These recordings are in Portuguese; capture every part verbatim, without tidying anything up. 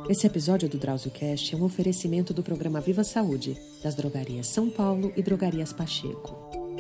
Esse episódio do DrauzioCast é um oferecimento do programa Viva Saúde, das drogarias São Paulo e drogarias Pacheco.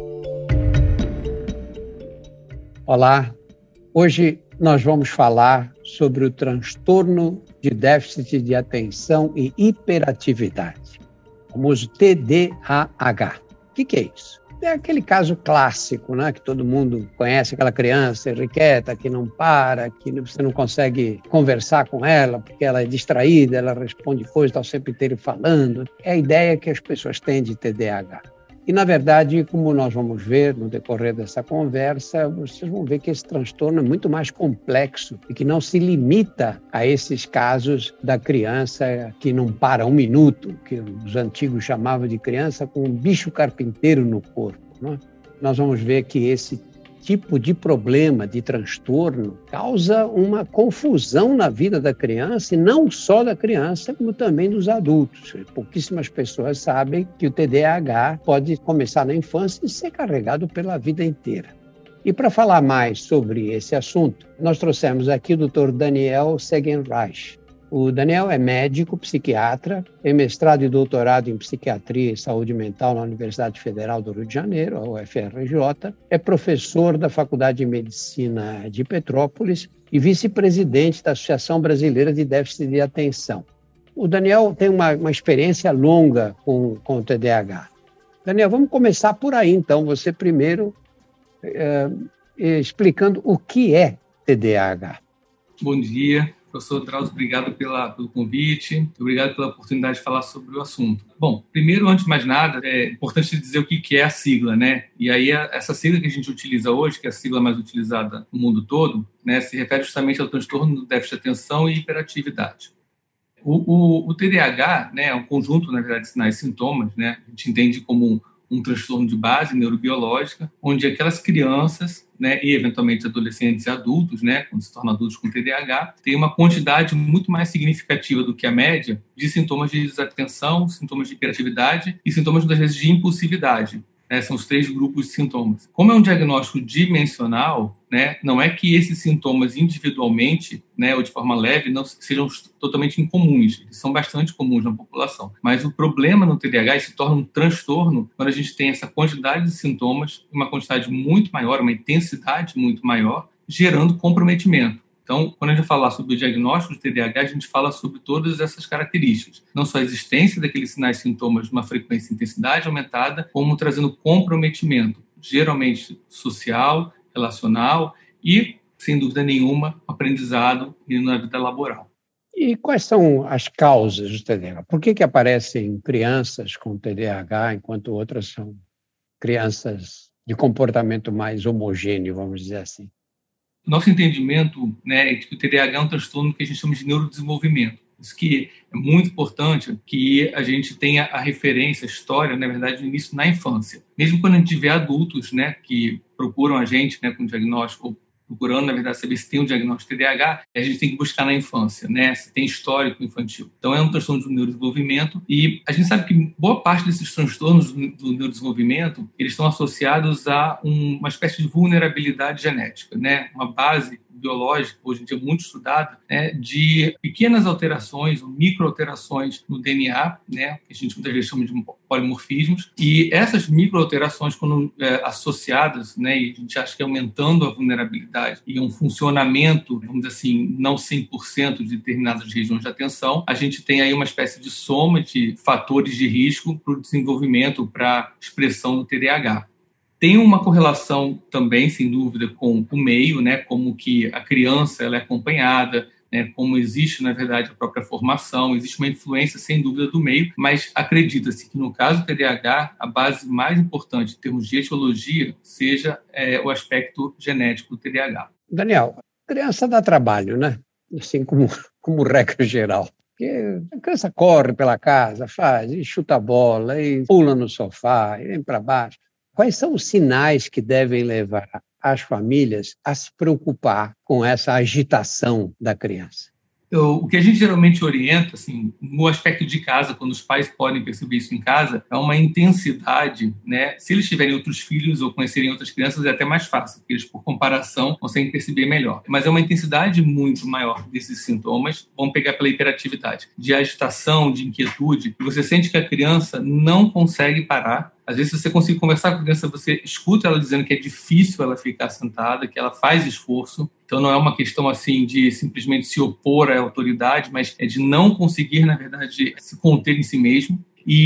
Olá, hoje nós vamos falar sobre o transtorno de déficit de atenção e hiperatividade, o famoso T D A H. O que, que é isso? É aquele caso clássico, né, que todo mundo conhece, aquela criança irrequieta que não para, que você não consegue conversar com ela porque ela é distraída, ela responde coisas, está o tempo inteiro falando. É a ideia que as pessoas têm de T D A H. E, na verdade, como nós vamos ver no decorrer dessa conversa, vocês vão ver que esse transtorno é muito mais complexo e que não se limita a esses casos da criança que não para um minuto, que os antigos chamavam de criança com um bicho carpinteiro no corpo, né? Nós vamos ver que esse tipo de problema, de transtorno, causa uma confusão na vida da criança, e não só da criança, como também dos adultos. Pouquíssimas pessoas sabem que o T D A H pode começar na infância e ser carregado pela vida inteira. E para falar mais sobre esse assunto, nós trouxemos aqui o doutor Daniel Segenreich. O Daniel é médico, psiquiatra, tem mestrado e doutorado em psiquiatria e saúde mental na Universidade Federal do Rio de Janeiro, a U F R J, é professor da Faculdade de Medicina de Petrópolis e vice-presidente da Associação Brasileira de Déficit de Atenção. O Daniel tem uma, uma experiência longa com, com o T D A H. Daniel, vamos começar por aí, então. Você primeiro é, explicando o que é T D A H. Bom dia. Professor Drauzio, obrigado pela, pelo convite, obrigado pela oportunidade de falar sobre o assunto. Bom, primeiro, antes de mais nada, é importante dizer o que é a sigla, né? E aí, essa sigla que a gente utiliza hoje, que é a sigla mais utilizada no mundo todo, né, se refere justamente ao transtorno do déficit de atenção e hiperatividade. O, o, o T D A H, né, é um conjunto, na verdade, de sinais e sintomas, né? A gente entende como um, um transtorno de base neurobiológica, onde aquelas crianças, né, e eventualmente adolescentes e adultos, né, quando se tornam adultos com T D A H, tem uma quantidade muito mais significativa do que a média de sintomas de desatenção, sintomas de hiperatividade e sintomas, muitas vezes, de impulsividade. Né, são os três grupos de sintomas. Como é um diagnóstico dimensional, né, não é que esses sintomas individualmente, né, ou de forma leve, não sejam totalmente incomuns. Eles são bastante comuns na população. Mas o problema no T D A H se torna um transtorno quando a gente tem essa quantidade de sintomas, uma quantidade muito maior, uma intensidade muito maior, gerando comprometimento. Então, quando a gente falar sobre o diagnóstico de T D A H, a gente fala sobre todas essas características. Não só a existência daqueles sinais e sintomas de uma frequência e intensidade aumentada, como trazendo comprometimento, geralmente social, relacional e, sem dúvida nenhuma, aprendizado e na vida laboral. E quais são as causas do T D A H? Por que que aparecem crianças com T D A H, enquanto outras são crianças de comportamento mais homogêneo, vamos dizer assim? Nosso entendimento, né, é que o T D A H é um transtorno que a gente chama de neurodesenvolvimento. Isso que é muito importante que a gente tenha a referência, a história, na verdade, no início, na infância. Mesmo quando a gente vê adultos, né, que procuram a gente, né, com diagnóstico, procurando, na verdade, saber se tem um diagnóstico de T D A H, a gente tem que buscar na infância, né, se tem histórico infantil. Então, é um transtorno do neurodesenvolvimento e a gente sabe que boa parte desses transtornos do neurodesenvolvimento, eles estão associados a um, uma espécie de vulnerabilidade genética, né, uma base biológica, hoje em dia muito estudada, né, de pequenas alterações ou microalterações no D N A, né, que a gente muitas vezes chama de polimorfismos, e essas microalterações, quando é, associadas, né, e a gente acha que aumentando a vulnerabilidade e um funcionamento, vamos dizer assim, não cem por cento de determinadas regiões de atenção, a gente tem aí uma espécie de soma de fatores de risco para o desenvolvimento, para a expressão do T D A H. Tem uma correlação também, sem dúvida, com o meio, né, como que a criança ela é acompanhada, né, como existe, na verdade, a própria formação, existe uma influência, sem dúvida, do meio, mas acredita-se que, no caso do T D A H, a base mais importante em termos de etiologia seja é, o aspecto genético do T D A H. Daniel, a criança dá trabalho, né? Assim como, como regra geral. Porque a criança corre pela casa, faz, e chuta a bola, e pula no sofá, e vem para baixo. Quais são os sinais que devem levar as famílias a se preocupar com essa agitação da criança? Eu, o que a gente geralmente orienta, assim, no aspecto de casa, quando os pais podem perceber isso em casa, é uma intensidade, né? Se eles tiverem outros filhos ou conhecerem outras crianças, é até mais fácil, porque eles, por comparação, conseguem perceber melhor. Mas é uma intensidade muito maior desses sintomas. Vamos pegar pela hiperatividade, de agitação, de inquietude, e você sente que a criança não consegue parar. Às vezes, se você consegue conversar com a criança, você escuta ela dizendo que é difícil ela ficar sentada, que ela faz esforço. Então, não é uma questão assim de simplesmente se opor à autoridade, mas é de não conseguir, na verdade, se conter em si mesmo.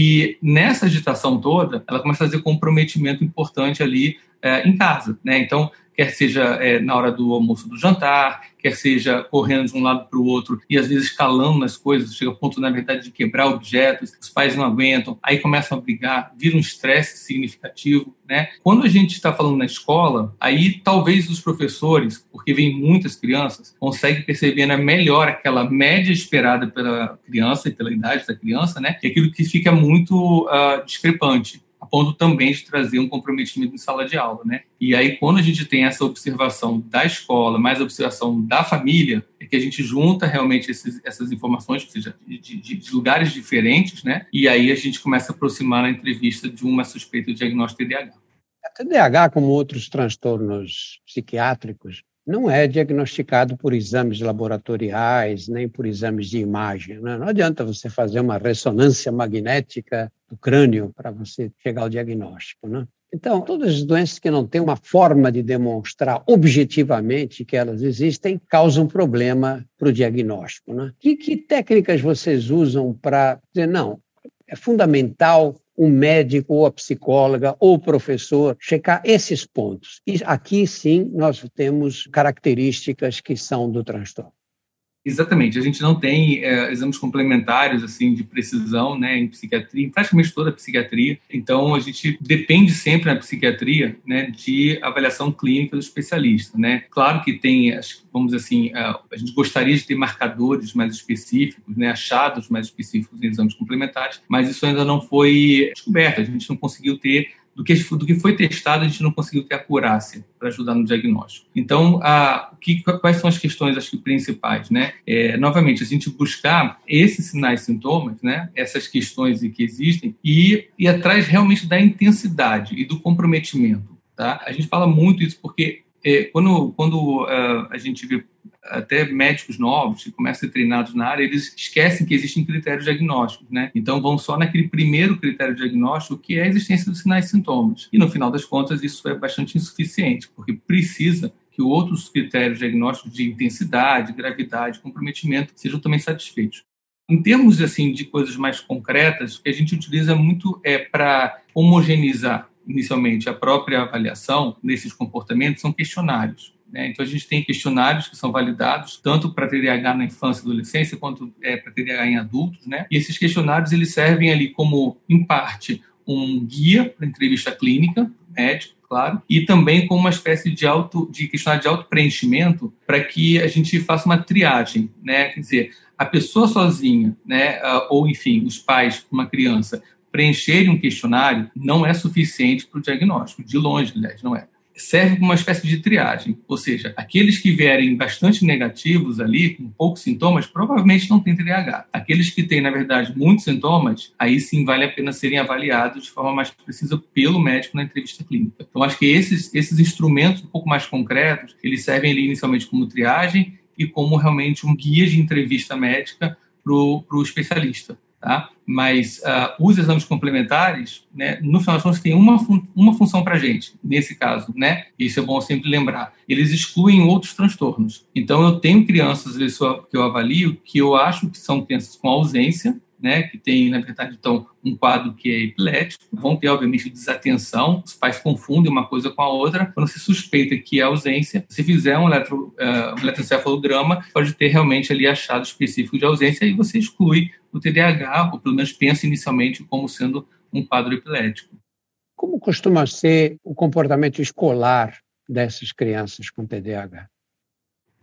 E nessa agitação toda, ela começa a fazer comprometimento importante ali é, em casa, né? Então, quer seja é, na hora do almoço, do jantar, quer seja correndo de um lado para o outro e às vezes escalando nas coisas, chega ao ponto, na verdade, de quebrar objetos, os pais não aguentam, aí começam a brigar, vira um estresse significativo, né? Quando a gente está falando na escola, aí talvez os professores, porque vem muitas crianças, conseguem perceber né, melhor aquela média esperada pela criança e pela idade da criança, né? E aquilo que fica muito uh, discrepante, a ponto também de trazer um comprometimento em sala de aula, né? E aí, quando a gente tem essa observação da escola, mais a observação da família, é que a gente junta realmente esses, essas informações, ou seja, de, de, de lugares diferentes, né? E aí a gente começa a aproximar na entrevista de uma suspeita de diagnóstico T D A H. A T D A H, como outros transtornos psiquiátricos, não é diagnosticado por exames laboratoriais, nem por exames de imagem, né? Não adianta você fazer uma ressonância magnética do crânio para você chegar ao diagnóstico, né? Então, todas as doenças que não têm uma forma de demonstrar objetivamente que elas existem causam problema para o diagnóstico, né? Que, que técnicas vocês usam para dizer, não, é fundamental o médico ou a psicóloga ou o professor checar esses pontos? E aqui, sim, nós temos características que são do transtorno. Exatamente, a gente não tem é, exames complementares assim de precisão, né, em psiquiatria, em praticamente toda a psiquiatria. Então a gente depende sempre na psiquiatria, né, de avaliação clínica do especialista, né. Claro que tem, vamos dizer assim, a, a gente gostaria de ter marcadores mais específicos, né, achados mais específicos em exames complementares, mas isso ainda não foi descoberto. A gente não conseguiu ter Do que, do que foi testado, a gente não conseguiu ter acurácia para ajudar no diagnóstico. Então, a, que, quais são as questões, acho que, principais, né? É, novamente, a gente buscar esses sinais e sintomas, né? Essas questões que existem e ir atrás realmente da intensidade e do comprometimento, tá? A gente fala muito isso porque é, quando, quando uh, a gente vê até médicos novos que começam a ser treinados na área, eles esquecem que existem critérios diagnósticos, né? Então vão só naquele primeiro critério diagnóstico, que é a existência dos sinais e sintomas. E no final das contas isso é bastante insuficiente, porque precisa que outros critérios diagnósticos de intensidade, gravidade, comprometimento sejam também satisfeitos. Em termos assim de coisas mais concretas, o que a gente utiliza muito é para homogeneizar inicialmente a própria avaliação desses comportamentos são questionários. Então, a gente tem questionários que são validados tanto para T D A H na infância e adolescência quanto é, para T D A H em adultos, né? E esses questionários eles servem ali como, em parte, um guia para entrevista clínica, médico, claro, e também como uma espécie de, auto, de questionário de auto-preenchimento para que a gente faça uma triagem, né? Quer dizer, a pessoa sozinha, né? Ou, enfim, os pais, uma criança, preencherem um questionário não é suficiente para o diagnóstico, de longe, aliás, não é. Serve como uma espécie de triagem, ou seja, aqueles que vierem bastante negativos ali, com poucos sintomas, provavelmente não têm T D A H. Aqueles que têm, na verdade, muitos sintomas, aí sim vale a pena serem avaliados de forma mais precisa pelo médico na entrevista clínica. Então, acho que esses, esses instrumentos um pouco mais concretos, eles servem ali inicialmente como triagem e como realmente um guia de entrevista médica para o especialista. Tá? Mas uh, os exames complementares, né, no final das contas, tem uma, fun- uma função para a gente, nesse caso, né? Isso é bom sempre lembrar. Eles excluem outros transtornos. Então, eu tenho crianças às vezes, que eu avalio que eu acho que são crianças com ausência, né, que tem, na verdade, então, um quadro que é epilético, vão ter, obviamente, desatenção, os pais confundem uma coisa com a outra, quando se suspeita que é ausência, se fizer um, eletro, uh, um eletroencefalograma, pode ter realmente ali achado específico de ausência e você exclui o T D A H, ou pelo menos pensa inicialmente como sendo um quadro epilético. Como costuma ser o comportamento escolar dessas crianças com T D A H?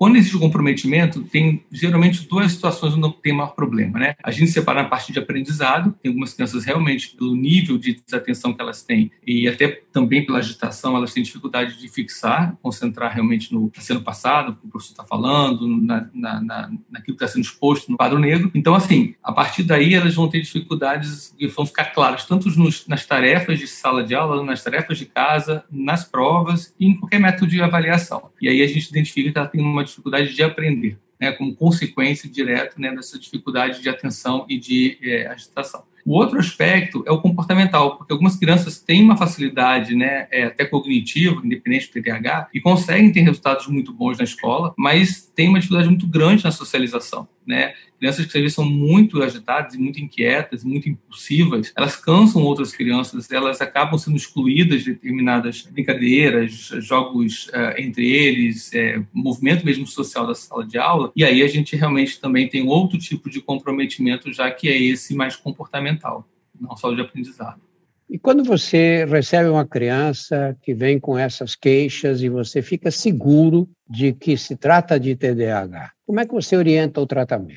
Quando existe o comprometimento, tem geralmente duas situações onde tem maior problema, né? A gente separa na parte de aprendizado, tem algumas crianças realmente, pelo nível de desatenção que elas têm, e até também pela agitação, elas têm dificuldade de fixar, concentrar realmente no que está sendo passado, o que o professor está falando, na, na, na, naquilo que está sendo exposto no quadro negro. Então, assim, a partir daí elas vão ter dificuldades que vão ficar claras, tanto nos, nas tarefas de sala de aula, nas tarefas de casa, nas provas e em qualquer método de avaliação. E aí a gente identifica que ela tem uma dificuldade de aprender, né, como consequência direta, né, dessa dificuldade de atenção e de é, agitação. O outro aspecto é o comportamental, porque algumas crianças têm uma facilidade, né, é, até cognitiva, independente do T D A H, e conseguem ter resultados muito bons na escola, mas têm uma dificuldade muito grande na socialização, né? Crianças que às vezes são muito agitadas e muito inquietas, muito impulsivas, elas cansam outras crianças, elas acabam sendo excluídas de determinadas brincadeiras, jogos uh, entre eles, é, movimento mesmo social da sala de aula, e aí a gente realmente também tem outro tipo de comprometimento, já que é esse mais comportamental, não só de aprendizado. E quando você recebe uma criança que vem com essas queixas e você fica seguro de que se trata de T D A H, como é que você orienta o tratamento?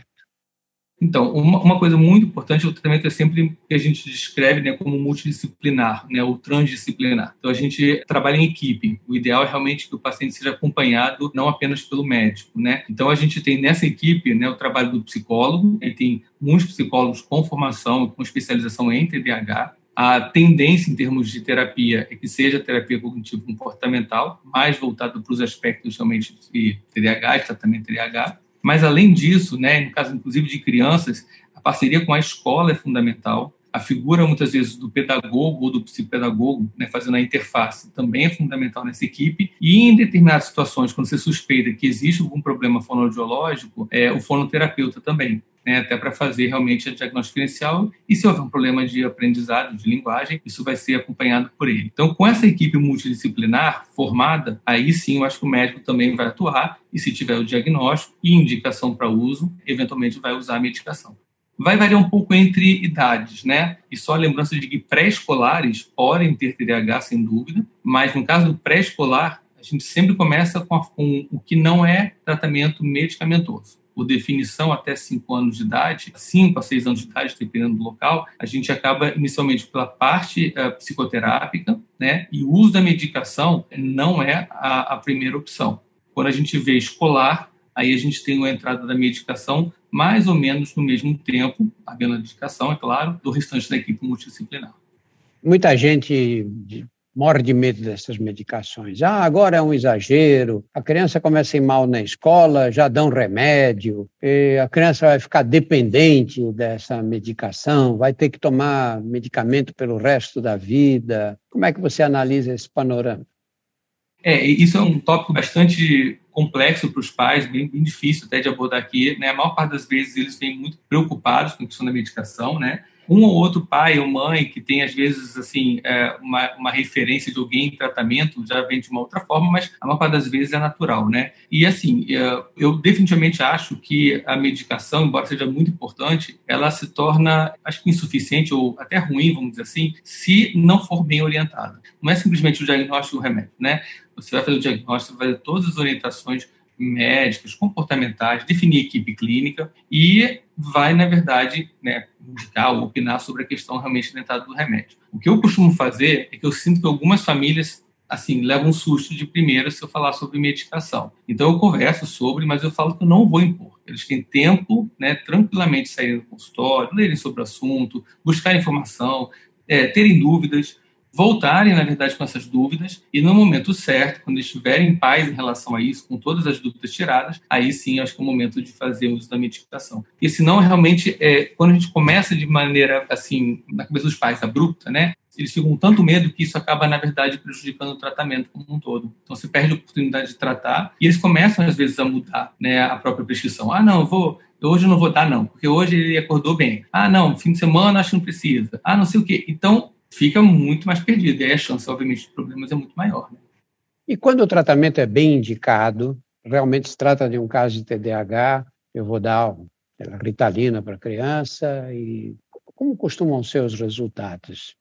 Então, uma, uma coisa muito importante, o tratamento é sempre que a gente descreve, né, como multidisciplinar, né, ou transdisciplinar. Então, a gente trabalha em equipe. O ideal é realmente que o paciente seja acompanhado não apenas pelo médico, né? Então, a gente tem nessa equipe, né, o trabalho do psicólogo, e tem muitos psicólogos com formação, com especialização em T D A H. A tendência em termos de terapia é que seja terapia cognitivo-comportamental, mais voltada para os aspectos realmente de T D A H, de tratamento de T D A H. Mas, além disso, né, no caso, inclusive, de crianças, a parceria com a escola é fundamental. A figura, muitas vezes, do pedagogo ou do psicopedagogo, né, fazendo a interface, também é fundamental nessa equipe. E, em determinadas situações, quando você suspeita que existe algum problema fonoaudiológico, é, o fonoterapeuta também, né, até para fazer realmente a diagnóstico diferencial. E se houver um problema de aprendizado, de linguagem, isso vai ser acompanhado por ele. Então, com essa equipe multidisciplinar formada, aí sim eu acho que o médico também vai atuar e, se tiver o diagnóstico e indicação para uso, eventualmente vai usar a medicação. Vai variar um pouco entre idades, né? E só a lembrança de que pré-escolares podem ter T D A H, sem dúvida, mas no caso do pré-escolar, a gente sempre começa com, a, com o que não é tratamento medicamentoso. Por definição, até cinco anos de idade, cinco a seis anos de idade, dependendo do local, a gente acaba inicialmente pela parte uh, psicoterápica, né? E o uso da medicação não é a, a primeira opção. Quando a gente vê escolar, aí a gente tem a entrada da medicação mais ou menos no mesmo tempo, havendo a medicação, é claro, do restante da equipe multidisciplinar. Muita gente morre de medo dessas medicações. Ah, agora é um exagero, a criança começa a ir mal na escola, já dão remédio, e a criança vai ficar dependente dessa medicação, vai ter que tomar medicamento pelo resto da vida. Como é que você analisa esse panorama? É, isso é um tópico bastante complexo para os pais, bem, bem difícil até de abordar aqui, né? A maior parte das vezes eles vêm muito preocupados com a questão da medicação, né? Um ou outro pai ou mãe que tem, às vezes, assim, é, uma, uma referência de alguém em tratamento já vem de uma outra forma, mas a maior parte das vezes é natural, né? E, assim, eu definitivamente acho que a medicação, embora seja muito importante, ela se torna, acho que insuficiente ou até ruim, vamos dizer assim, se não for bem orientada. Não é simplesmente o diagnóstico e o remédio, né? Você vai fazer o diagnóstico, vai fazer todas as orientações médicas, comportamentais, definir equipe clínica e vai, na verdade, né, indicar ou opinar sobre a questão realmente dentada do remédio. O que eu costumo fazer é que eu sinto que algumas famílias, assim, levam um susto de primeira se eu falar sobre medicação. Então, eu converso sobre, mas eu falo que eu não vou impor. Eles têm tempo, né, tranquilamente saírem do consultório, lerem sobre o assunto, buscar informação, é, terem dúvidas, voltarem, na verdade, com essas dúvidas e, no momento certo, quando estiverem em paz em relação a isso, com todas as dúvidas tiradas, aí sim, acho que é o momento de fazer uso da medicação. E senão, realmente, é, quando a gente começa de maneira, assim, na cabeça dos pais, abrupta, né? Eles ficam com tanto medo que isso acaba, na verdade, prejudicando o tratamento como um todo. Então, você perde a oportunidade de tratar e eles começam, às vezes, a mudar, né, a própria prescrição. Ah, não, eu vou... Hoje eu não vou dar, não, porque hoje ele acordou bem. Ah, não, fim de semana acho que não precisa. Ah, não sei o quê. Então, fica muito mais perdido. E aí a chance, obviamente, de problemas é muito maior, né? E quando o tratamento é bem indicado, realmente se trata de um caso de T D A H, eu vou dar a Ritalina para a criança, e como costumam ser os resultados?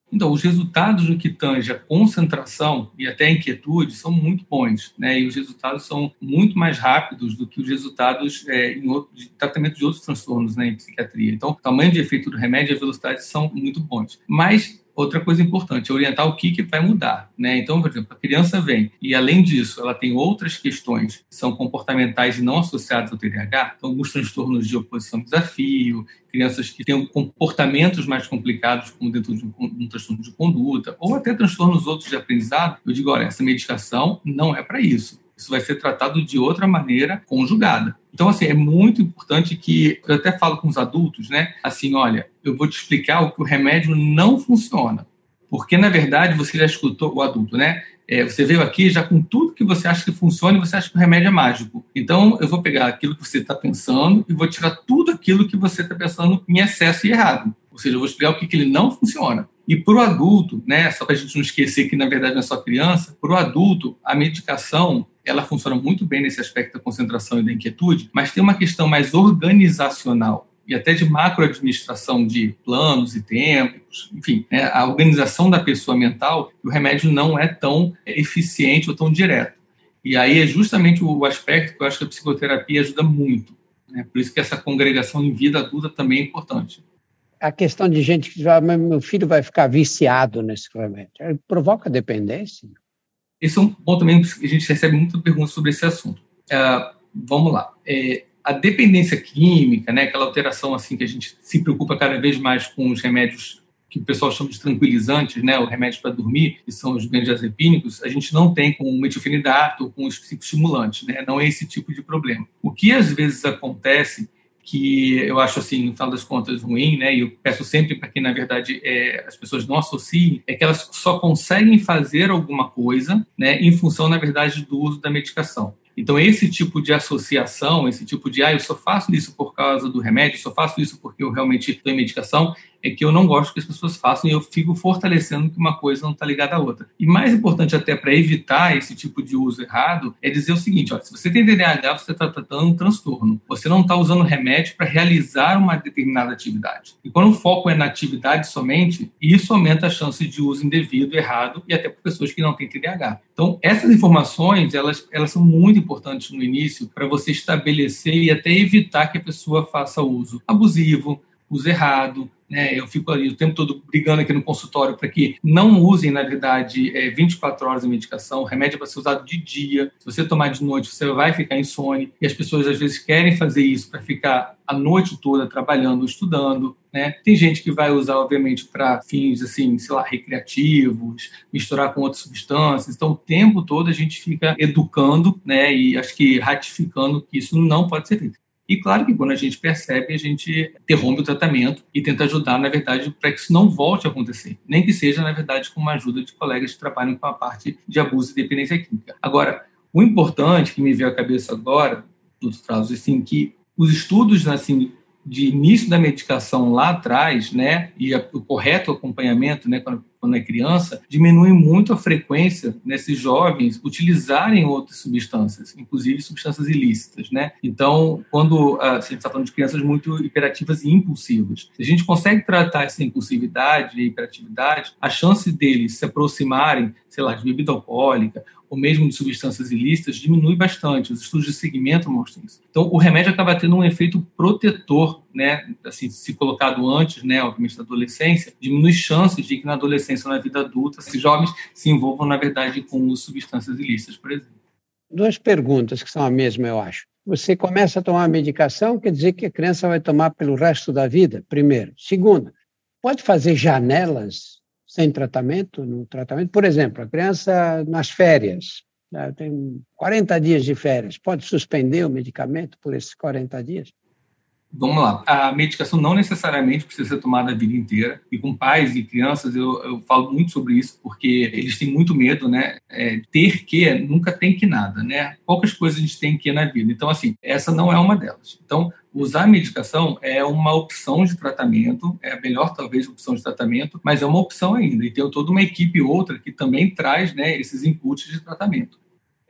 Então, os resultados no que tange a concentração e até a inquietude são muito bons, né? E os resultados são muito mais rápidos do que os resultados é, em outro, de tratamento de outros transtornos, né, em psiquiatria. Então, o tamanho de efeito do remédio e a velocidade são muito bons. Mas outra coisa importante é orientar o que, que vai mudar, né? Então, por exemplo, a criança vem e, além disso, ela tem outras questões que são comportamentais e não associadas ao T D A H, então, alguns transtornos de oposição ao desafio, crianças que têm comportamentos mais complicados, como dentro de um, um transtorno de conduta, ou até transtornos outros de aprendizado. Eu digo, olha, essa medicação não é para isso. Isso vai ser tratado de outra maneira, conjugada. Então, assim, é muito importante que, eu até falo com os adultos, né? Assim, olha, eu vou te explicar o que o remédio não funciona. Porque, na verdade, você já escutou, o adulto, né? É, você veio aqui já com tudo que você acha que funciona e você acha que o remédio é mágico. Então, eu vou pegar aquilo que você está pensando e vou tirar tudo aquilo que você está pensando em excesso e errado. Ou seja, eu vou explicar o que, que ele não funciona. E para o adulto, né, só para a gente não esquecer que, na verdade, não é só criança, para o adulto, a medicação, ela funciona muito bem nesse aspecto da concentração e da inquietude, mas tem uma questão mais organizacional e até de macroadministração de planos e tempos, enfim, né, a organização da pessoa mental, o remédio não é tão eficiente ou tão direto. E aí é justamente o aspecto que eu acho que a psicoterapia ajuda muito, né? Por isso que essa congregação em vida adulta também é importante. A questão de gente que diz, meu filho vai ficar viciado nesse remédio, ele provoca dependência? Esse é um ponto também que a gente recebe muita pergunta sobre esse assunto. Uh, vamos lá. É, a dependência química, né, aquela alteração assim que a gente se preocupa cada vez mais com os remédios que o pessoal chama de tranquilizantes, né, os remédios para dormir, que são os benzodiazepínicos, a gente não tem com o metilfenidato ou com os psicoestimulantes, né, não é esse tipo de problema. O que às vezes acontece, que eu acho, assim, no final das contas, ruim, né? E eu peço sempre para que, na verdade, é, as pessoas não associem, é que elas só conseguem fazer alguma coisa, né, em função, na verdade, do uso da medicação. Então, esse tipo de associação, esse tipo de, ah, eu só faço isso por causa do remédio, eu só faço isso porque eu realmente estou em medicação, é que eu não gosto que as pessoas façam e eu fico fortalecendo que uma coisa não está ligada à outra. E mais importante até para evitar esse tipo de uso errado é dizer o seguinte, ó, se você tem T D A H, você está tratando um transtorno. Você não está usando remédio para realizar uma determinada atividade. E quando o foco é na atividade somente, isso aumenta a chance de uso indevido, errado, e até por pessoas que não têm T D A H. Então, essas informações, elas, elas são muito importantes no início para você estabelecer e até evitar que a pessoa faça uso abusivo, uso errado, né? Eu fico ali o tempo todo brigando aqui no consultório para que não usem, na verdade, é, vinte e quatro horas de medicação. O remédio é para ser usado de dia. Se você tomar de noite, você vai ficar insone. E as pessoas, às vezes, querem fazer isso para ficar a noite toda trabalhando, estudando, né? Tem gente que vai usar, obviamente, para fins, assim, sei lá, recreativos, misturar com outras substâncias. Então, o tempo todo a gente fica educando, né? E acho que ratificando que isso não pode ser feito. E claro que quando a gente percebe, a gente interrompe o tratamento e tenta ajudar, na verdade, para que isso não volte a acontecer. Nem que seja, na verdade, com uma ajuda de colegas que trabalham com a parte de abuso e dependência química. Agora, o importante que me veio à cabeça agora, doutor Drauzio, assim, que os estudos, assim, de início da medicação lá atrás, né, e a, o correto acompanhamento, né, quando, quando é criança, diminui muito a frequência nesses jovens utilizarem outras substâncias, inclusive substâncias ilícitas, né? Então, quando uh, a gente está falando de crianças muito hiperativas e impulsivas, se a gente consegue tratar essa impulsividade e hiperatividade, a chance deles se aproximarem, sei lá, de bebida alcoólica ou mesmo de substâncias ilícitas, diminui bastante. Os estudos de segmento mostram isso. Então, o remédio acaba tendo um efeito protetor, né? Assim, se colocado antes, né, obviamente, da adolescência, diminui chances de que na adolescência ou na vida adulta, esses jovens se envolvam, na verdade, com substâncias ilícitas, por exemplo. Duas perguntas que são a mesma, eu acho. Você começa a tomar a medicação, quer dizer que a criança vai tomar pelo resto da vida, primeiro. Segundo, pode fazer janelas sem tratamento, no tratamento? Por exemplo, a criança nas férias, né, tem quarenta dias de férias, pode suspender o medicamento por esses quarenta dias? Vamos lá. A medicação não necessariamente precisa ser tomada a vida inteira. E com pais e crianças, eu, eu falo muito sobre isso, porque eles têm muito medo, né? É, ter que, nunca tem que nada, né? Poucas coisas a gente tem que na vida. Então, assim, essa não é uma delas. Então, usar a medicação é uma opção de tratamento, é a melhor, talvez, opção de tratamento, mas é uma opção ainda. E tem toda uma equipe outra que também traz, né, esses inputs de tratamento.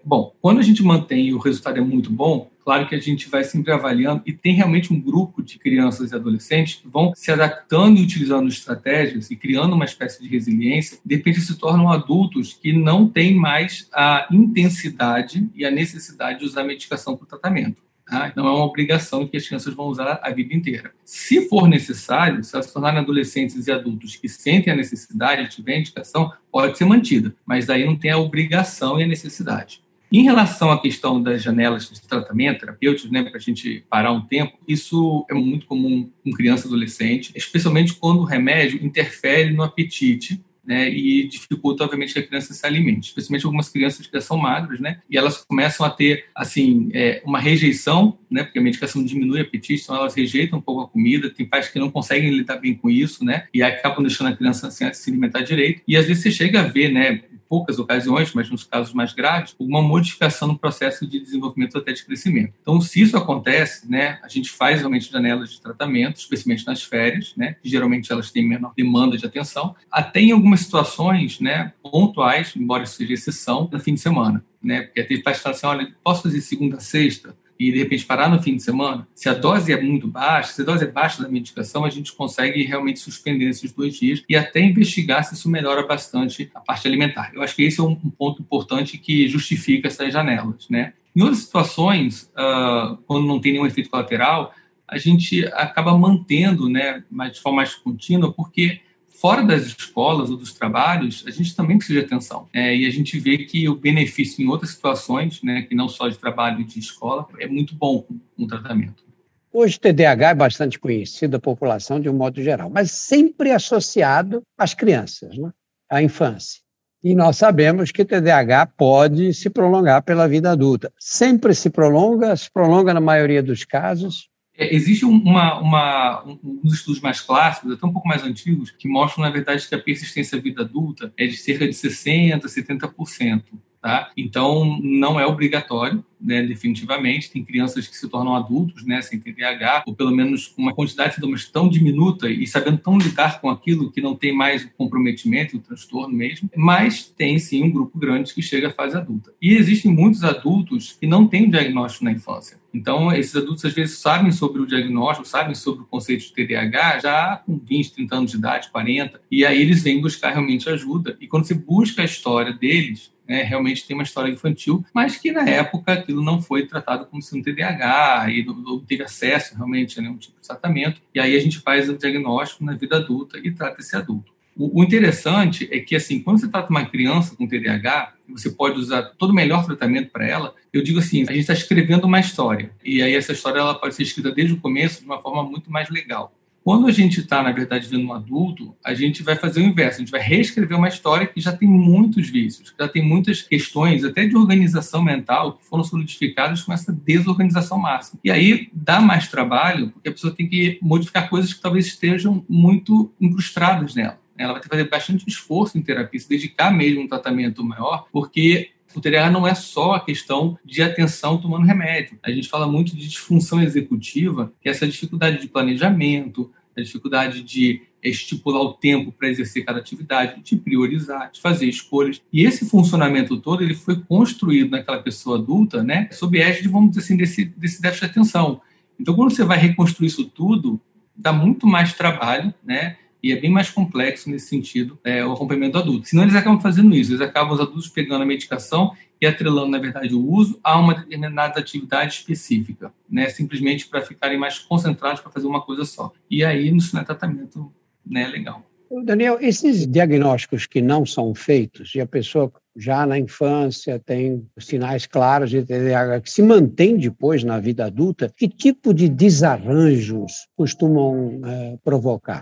Bom, quando a gente mantém e o resultado é muito bom, claro que a gente vai sempre avaliando e tem realmente um grupo de crianças e adolescentes que vão se adaptando e utilizando estratégias e criando uma espécie de resiliência, de repente se tornam adultos que não têm mais a intensidade e a necessidade de usar medicação para o tratamento. Tá? Não é uma obrigação que as crianças vão usar a vida inteira. Se for necessário, se elas se tornarem adolescentes e adultos que sentem a necessidade de tiver indicação, pode ser mantida, mas daí não tem a obrigação e a necessidade. Em relação à questão das janelas de tratamento terapêutico, né, para a gente parar um tempo, isso é muito comum com criança e adolescente, especialmente quando o remédio interfere no apetite, né, e dificulta, obviamente, que a criança se alimente, especialmente algumas crianças que já são magras, né, e elas começam a ter, assim, é, uma rejeição, né, porque a medicação diminui o apetite, então elas rejeitam um pouco a comida, tem pais que não conseguem lidar bem com isso, né, e acabam deixando a criança sem se alimentar direito, e às vezes você chega a ver, né, poucas ocasiões, mas nos casos mais graves, uma modificação no processo de desenvolvimento até de crescimento. Então, se isso acontece, né, a gente faz realmente janelas de tratamento, especialmente nas férias, né, que geralmente elas têm menor demanda de atenção, até em algumas situações, né, pontuais, embora isso seja exceção, no fim de semana, né, porque tem pais que falam assim, olha, posso fazer segunda a sexta? E, de repente, parar no fim de semana, se a dose é muito baixa, se a dose é baixa da medicação, a gente consegue realmente suspender esses dois dias e até investigar se isso melhora bastante a parte alimentar. Eu acho que esse é um ponto importante que justifica essas janelas, né? Em outras situações, uh, quando não tem nenhum efeito colateral, a gente acaba mantendo, né, de forma mais contínua, porque fora das escolas ou dos trabalhos, a gente também precisa de atenção. É, e a gente vê que o benefício em outras situações, né, que não só de trabalho e de escola, é muito bom com o tratamento. Hoje o T D A H é bastante conhecido da população de um modo geral, mas sempre associado às crianças, né? À infância. E nós sabemos que T D A H pode se prolongar pela vida adulta. Sempre se prolonga, se prolonga na maioria dos casos. É, existe uma, uma, um, uns estudos mais clássicos, até um pouco mais antigos, que mostram, na verdade, que a persistência à vida adulta é de cerca de sessenta por cento, setenta por cento. Tá? Então, não é obrigatório, né, definitivamente. Tem crianças que se tornam adultos, né, sem T D A H, ou pelo menos com uma quantidade de sintomas tão diminuta e sabendo tão lidar com aquilo que não tem mais o comprometimento, o transtorno mesmo, mas tem sim um grupo grande que chega à fase adulta. E existem muitos adultos que não têm o diagnóstico na infância. Então, esses adultos às vezes sabem sobre o diagnóstico, sabem sobre o conceito de T D A H já com vinte, trinta anos de idade, quarenta, e aí eles vêm buscar realmente ajuda. E quando você busca a história deles, né, realmente tem uma história infantil, mas que na época aquilo não foi tratado como sendo T D A H e não teve acesso realmente a nenhum tipo de tratamento. E aí a gente faz o diagnóstico na vida adulta e trata esse adulto. O, o interessante é que, assim, quando você trata uma criança com T D A H, você pode usar todo o melhor tratamento para ela. Eu digo assim, a gente está escrevendo uma história. E aí essa história ela pode ser escrita desde o começo de uma forma muito mais legal. Quando a gente está, na verdade, vendo um adulto, a gente vai fazer o inverso. A gente vai reescrever uma história que já tem muitos vícios, já tem muitas questões, até de organização mental, que foram solidificadas com essa desorganização máxima. E aí dá mais trabalho, porque a pessoa tem que modificar coisas que talvez estejam muito incrustadas nela. Ela vai ter que fazer bastante esforço em terapia, se dedicar mesmo a um tratamento maior, porque o T D A H não é só a questão de atenção tomando remédio. A gente fala muito de disfunção executiva, que é essa dificuldade de planejamento, a dificuldade de estipular o tempo para exercer cada atividade, de priorizar, de fazer escolhas. E esse funcionamento todo ele foi construído naquela pessoa adulta, né, sob égide, vamos dizer assim, desse, desse déficit de atenção. Então, quando você vai reconstruir isso tudo, dá muito mais trabalho, né? E é bem mais complexo nesse sentido, é, o rompimento adulto. Senão eles acabam fazendo isso, eles acabam os adultos pegando a medicação e atrelando, na verdade, o uso a uma determinada atividade específica, né? Simplesmente para ficarem mais concentrados para fazer uma coisa só. E aí isso não é tratamento, né, legal. Daniel, esses diagnósticos que não são feitos, e a pessoa já na infância tem sinais claros de T D A H que se mantém depois na vida adulta, que tipo de desarranjos costumam é, provocar?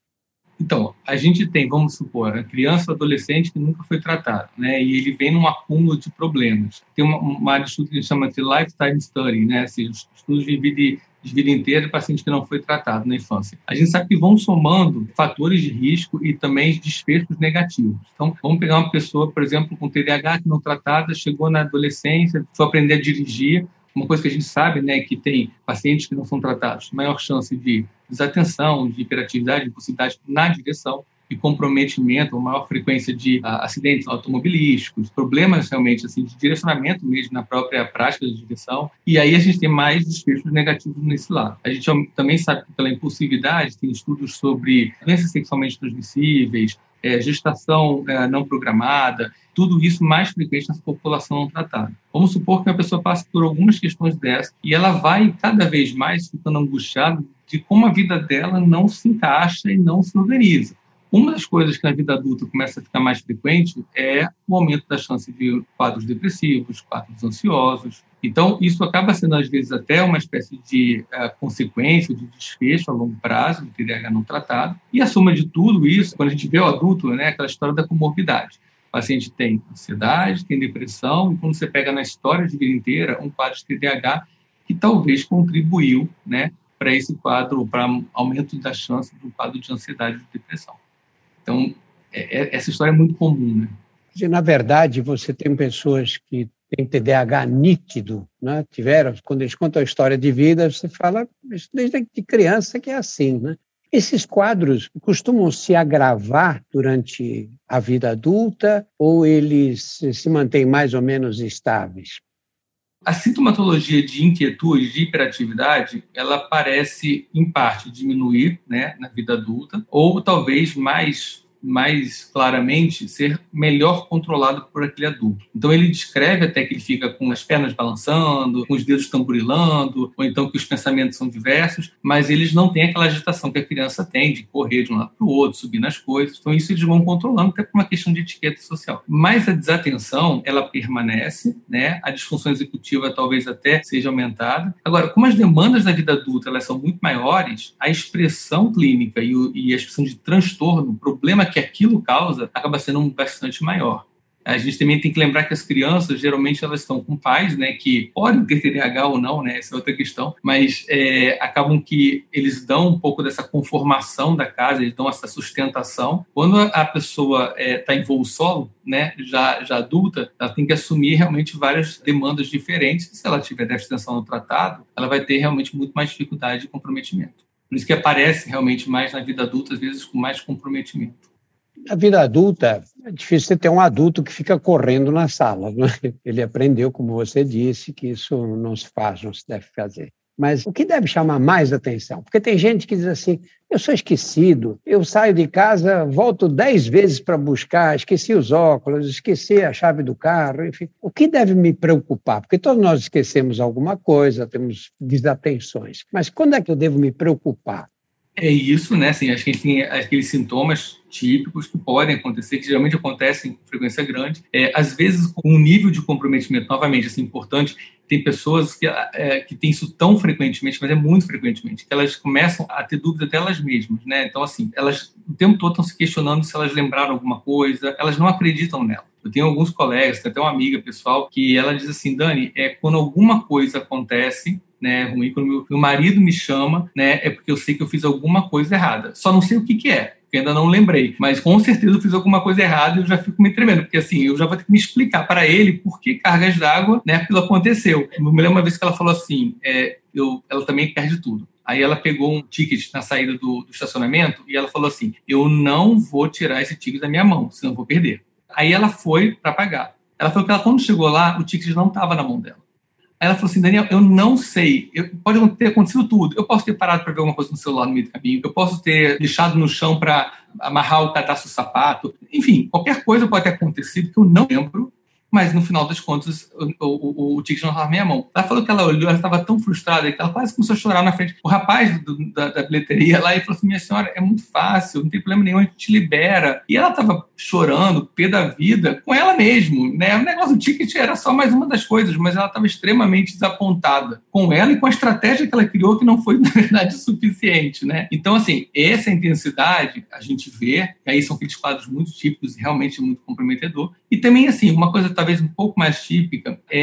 Então, a gente tem, vamos supor, a criança ou adolescente que nunca foi tratado, né? E ele vem num acúmulo de problemas. Tem uma, uma área de estudo que a gente chama de lifetime study, né? Assim, estudos de vida, de vida inteira de paciente que não foi tratado na infância. A gente sabe que vão somando fatores de risco e também desfechos negativos. Então, vamos pegar uma pessoa, por exemplo, com T D A H que não tratada, chegou na adolescência, foi aprender a dirigir. Uma coisa que a gente sabe, né, que tem pacientes que não são tratados, maior chance de desatenção, de hiperatividade, de impulsividade na direção. de comprometimento, uma maior frequência de uh, acidentes automobilísticos, problemas realmente assim, de direcionamento mesmo na própria prática de direção, e aí a gente tem mais desfechos negativos nesse lado. A gente também sabe que pela impulsividade tem estudos sobre doenças sexualmente transmissíveis, é, gestação é, não programada, tudo isso mais frequente nessa população não tratada. Vamos supor que uma pessoa passe por algumas questões dessas e ela vai cada vez mais ficando angustiada de como a vida dela não se encaixa e não se organiza. Uma das coisas que na vida adulta começa a ficar mais frequente é o aumento da chance de quadros depressivos, quadros ansiosos. Então, isso acaba sendo, às vezes, até uma espécie de uh, consequência, de desfecho a longo prazo, do T D A H não tratado. E a soma de tudo isso, quando a gente vê o adulto, né, aquela história da comorbidade. O paciente tem ansiedade, tem depressão, e quando você pega na história de vida inteira, um quadro de T D A H que talvez contribuiu, né, para esse quadro, para aumento da chance do quadro de ansiedade e de depressão. Então, é, é, essa história é muito comum, né? E, na verdade, você tem pessoas que têm T D A H nítido, né? Tiveram, quando eles contam a história de vida, você fala, desde criança que é assim, né? Esses quadros costumam se agravar durante a vida adulta ou eles se mantêm mais ou menos estáveis? A sintomatologia de inquietude, de hiperatividade, ela parece, em parte, diminuir, né, na vida adulta, ou talvez mais, mais claramente ser melhor controlado por aquele adulto. Então ele descreve até que ele fica com as pernas balançando, com os dedos tamborilando, ou então que os pensamentos são diversos, mas eles não têm aquela agitação que a criança tem de correr de um lado para o outro, subir nas coisas. Então isso eles vão controlando, até por uma questão de etiqueta social. Mas a desatenção, ela permanece, né? A disfunção executiva talvez até seja aumentada. Agora, como as demandas da vida adulta elas são muito maiores, a expressão clínica e, o, e a expressão de transtorno, o problema que aquilo causa, acaba sendo bastante maior. A gente também tem que lembrar que as crianças, geralmente, elas estão com pais, né, que podem ter T D A H ou não, né, essa é outra questão, mas é, acabam que eles dão um pouco dessa conformação da casa, eles dão essa sustentação. Quando a pessoa está é, em voo solo, né, já, já adulta, ela tem que assumir realmente várias demandas diferentes. Se ela tiver déficit de atenção no tratado, ela vai ter realmente muito mais dificuldade de comprometimento. Por isso que aparece realmente mais na vida adulta, às vezes com mais comprometimento. Na vida adulta, é difícil você ter um adulto que fica correndo na sala, né? Ele aprendeu, como você disse, que isso não se faz, não se deve fazer. Mas o que deve chamar mais atenção? Porque tem gente que diz assim, eu sou esquecido, eu saio de casa, volto dez vezes para buscar, esqueci os óculos, esqueci a chave do carro, enfim. O que deve me preocupar? Porque todos nós esquecemos alguma coisa, temos desatenções. Mas quando é que eu devo me preocupar? É isso, né? Assim, acho que a gente tem aqueles sintomas típicos que podem acontecer, que geralmente acontecem com frequência grande. É, às vezes, com um nível de comprometimento, novamente, assim, importante, tem pessoas que, é, que têm isso tão frequentemente, mas é muito frequentemente, que elas começam a ter dúvida delas mesmas, né? Então, assim, elas o tempo todo estão se questionando se elas lembraram alguma coisa, elas não acreditam nela. Eu tenho alguns colegas, tem até uma amiga pessoal, que ela diz assim, Dani, é quando alguma coisa acontece, né, ruim, quando meu, meu marido me chama, né, é porque eu sei que eu fiz alguma coisa errada. Só não sei o que que é, porque ainda não lembrei. Mas com certeza eu fiz alguma coisa errada e eu já fico me tremendo, porque assim, eu já vou ter que me explicar para ele por que cargas d'água, né, aquilo aconteceu. Eu me lembro uma vez que ela falou assim, é, eu, ela também perde tudo. Aí ela pegou um ticket na saída do, do estacionamento e ela falou assim, eu não vou tirar esse ticket da minha mão, senão eu vou perder. Aí ela foi para pagar. Ela falou que ela, quando chegou lá, o ticket não estava na mão dela. Aí ela falou assim, Daniel, eu não sei, eu, pode ter acontecido tudo. Eu posso ter parado para ver alguma coisa no celular no meio do caminho, eu posso ter deixado no chão para amarrar o cadastro do sapato. Enfim, qualquer coisa pode ter acontecido que eu não lembro, mas no final das contas o, o, o ticket não estava na minha mão. Ela falou que ela olhou, ela estava tão frustrada que ela quase começou a chorar na frente. O rapaz do, da, da bilheteria lá e falou assim, minha senhora, é muito fácil, não tem problema nenhum, a gente te libera. E ela estava chorando, pé da vida, com ela mesmo, né? O negócio do ticket era só mais uma das coisas, mas ela estava extremamente desapontada com ela e com a estratégia que ela criou, que não foi, na verdade, suficiente, né? Então, assim, essa intensidade a gente vê, e aí são aqueles quadros muito típicos e realmente muito comprometedor. E também, assim, uma coisa talvez um pouco mais típica é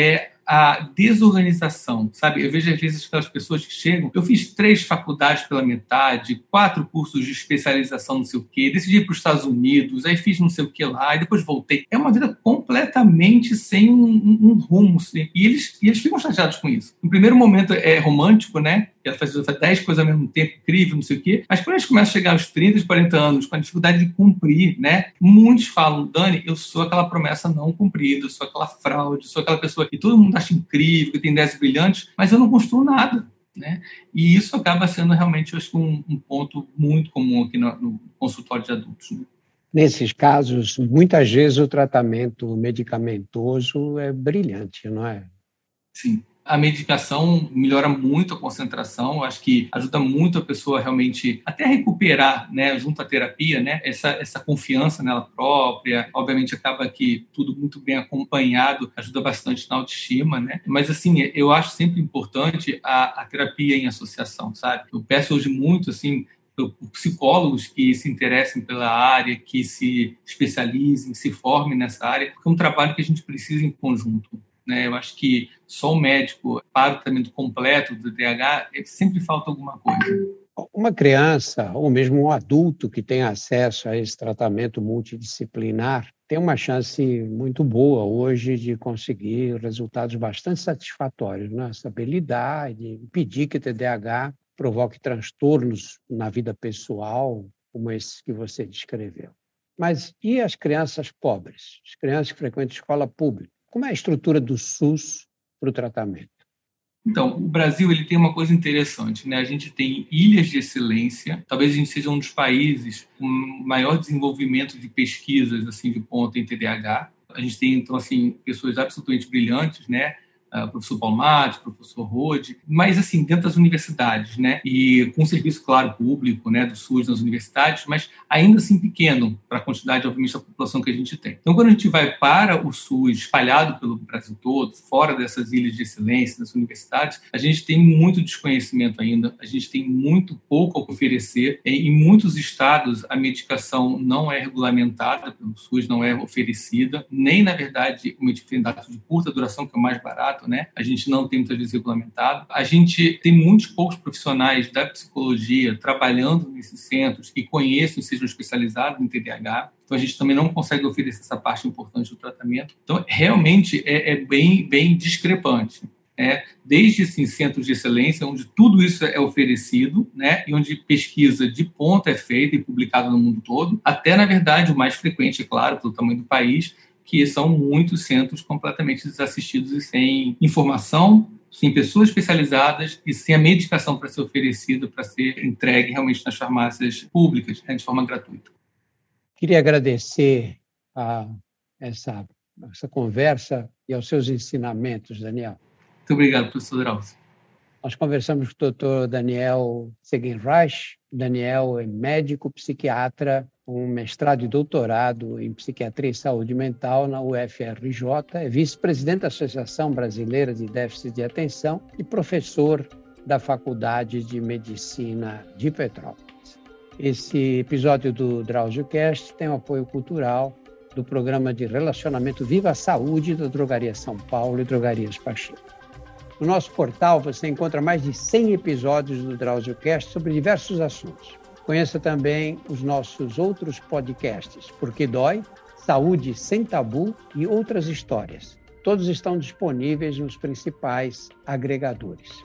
a desorganização, sabe? Eu vejo às vezes aquelas pessoas que chegam, eu fiz três faculdades pela metade, quatro cursos de especialização não sei o quê, decidi ir para os Estados Unidos, aí fiz não sei o que lá, e depois voltei. É uma vida completamente sem um, um, um rumo, assim. e, eles, e eles ficam chateados com isso. No primeiro momento é romântico, né? Ela faz dez coisas ao mesmo tempo, incrível, não sei o quê. Mas quando a gente começa a chegar aos trinta, quarenta anos, com a dificuldade de cumprir, né? Muitos falam, Dani, eu sou aquela promessa não cumprida, eu sou aquela fraude, eu sou aquela pessoa que todo mundo acha incrível, que tem ideias brilhantes, mas eu não construo nada, né? E isso acaba sendo realmente, eu acho, um, um ponto muito comum aqui no, no consultório de adultos, né? Nesses casos, muitas vezes o tratamento medicamentoso é brilhante, não é? Sim. A medicação melhora muito a concentração, eu acho que ajuda muito a pessoa realmente até recuperar, né, junto à terapia, né, essa, essa confiança nela própria. Obviamente acaba que tudo muito bem acompanhado ajuda bastante na autoestima, né? Mas assim, eu acho sempre importante a, a terapia em associação, sabe? Eu peço hoje muito, assim, por psicólogos que se interessem pela área, que se especializem, se formem nessa área, porque é um trabalho que a gente precisa em conjunto. Né? Eu acho que só o médico para o tratamento completo do T D A H sempre falta alguma coisa. Uma criança ou mesmo um adulto que tem acesso a esse tratamento multidisciplinar tem uma chance muito boa hoje de conseguir resultados bastante satisfatórios, né? Saber lidar e impedir que o T D A H provoque transtornos na vida pessoal, como esses que você descreveu. Mas e as crianças pobres, as crianças que frequentam escola pública? Como é a estrutura do SUS para o tratamento? Então, o Brasil ele tem uma coisa interessante, né? A gente tem ilhas de excelência, talvez a gente seja um dos países com maior desenvolvimento de pesquisas assim, de ponta em T D A H. A gente tem, então, assim, pessoas absolutamente brilhantes, né? Uh, professor Paulo Matos, professor Rode, mas assim, dentro das universidades, né? E com um serviço, claro, público, né, do SUS nas universidades, mas ainda assim pequeno para a quantidade, obviamente, da população que a gente tem. Então, quando a gente vai para o SUS espalhado pelo Brasil todo, fora dessas ilhas de excelência, das universidades, a gente tem muito desconhecimento ainda, a gente tem muito pouco a oferecer. Em muitos estados, a medicação não é regulamentada pelo SUS, não é oferecida, nem, na verdade, o medicamento de curta duração, que é o mais barato, né? A gente não tem muitas vezes regulamentado. A gente tem muitos poucos profissionais da psicologia trabalhando nesses centros que conheçam e sejam especializados em T D A H. Então, a gente também não consegue oferecer essa parte importante do tratamento. Então, realmente é, é bem, bem discrepante. Né? Desde assim, centros de excelência, onde tudo isso é oferecido, né? E onde pesquisa de ponta é feita e publicada no mundo todo, até, na verdade, o mais frequente, é claro, pelo tamanho do país, que são muitos centros completamente desassistidos e sem informação, sem pessoas especializadas e sem a medicação para ser oferecida, para ser entregue realmente nas farmácias públicas, né, de forma gratuita. Queria agradecer a essa, essa conversa e aos seus ensinamentos, Daniel. Muito obrigado, professor Drauzio. Nós conversamos com o doutor Daniel Segenreich. Daniel é médico psiquiatra, com mestrado e doutorado em Psiquiatria e Saúde Mental na U F R J, é vice-presidente da Associação Brasileira de Déficit de Atenção e professor da Faculdade de Medicina de Petrópolis. Esse episódio do DrauzioCast tem o apoio cultural do Programa de Relacionamento Viva Saúde da Drogaria São Paulo e Drogarias Pacheco. No nosso portal você encontra mais de cem episódios do DrauzioCast sobre diversos assuntos. Conheça também os nossos outros podcasts, Porque Dói, Saúde Sem Tabu e outras histórias. Todos estão disponíveis nos principais agregadores.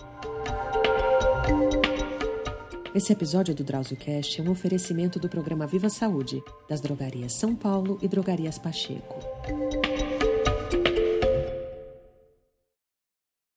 Esse episódio do DrauzioCast é um oferecimento do programa Viva Saúde, das Drogarias São Paulo e Drogarias Pacheco.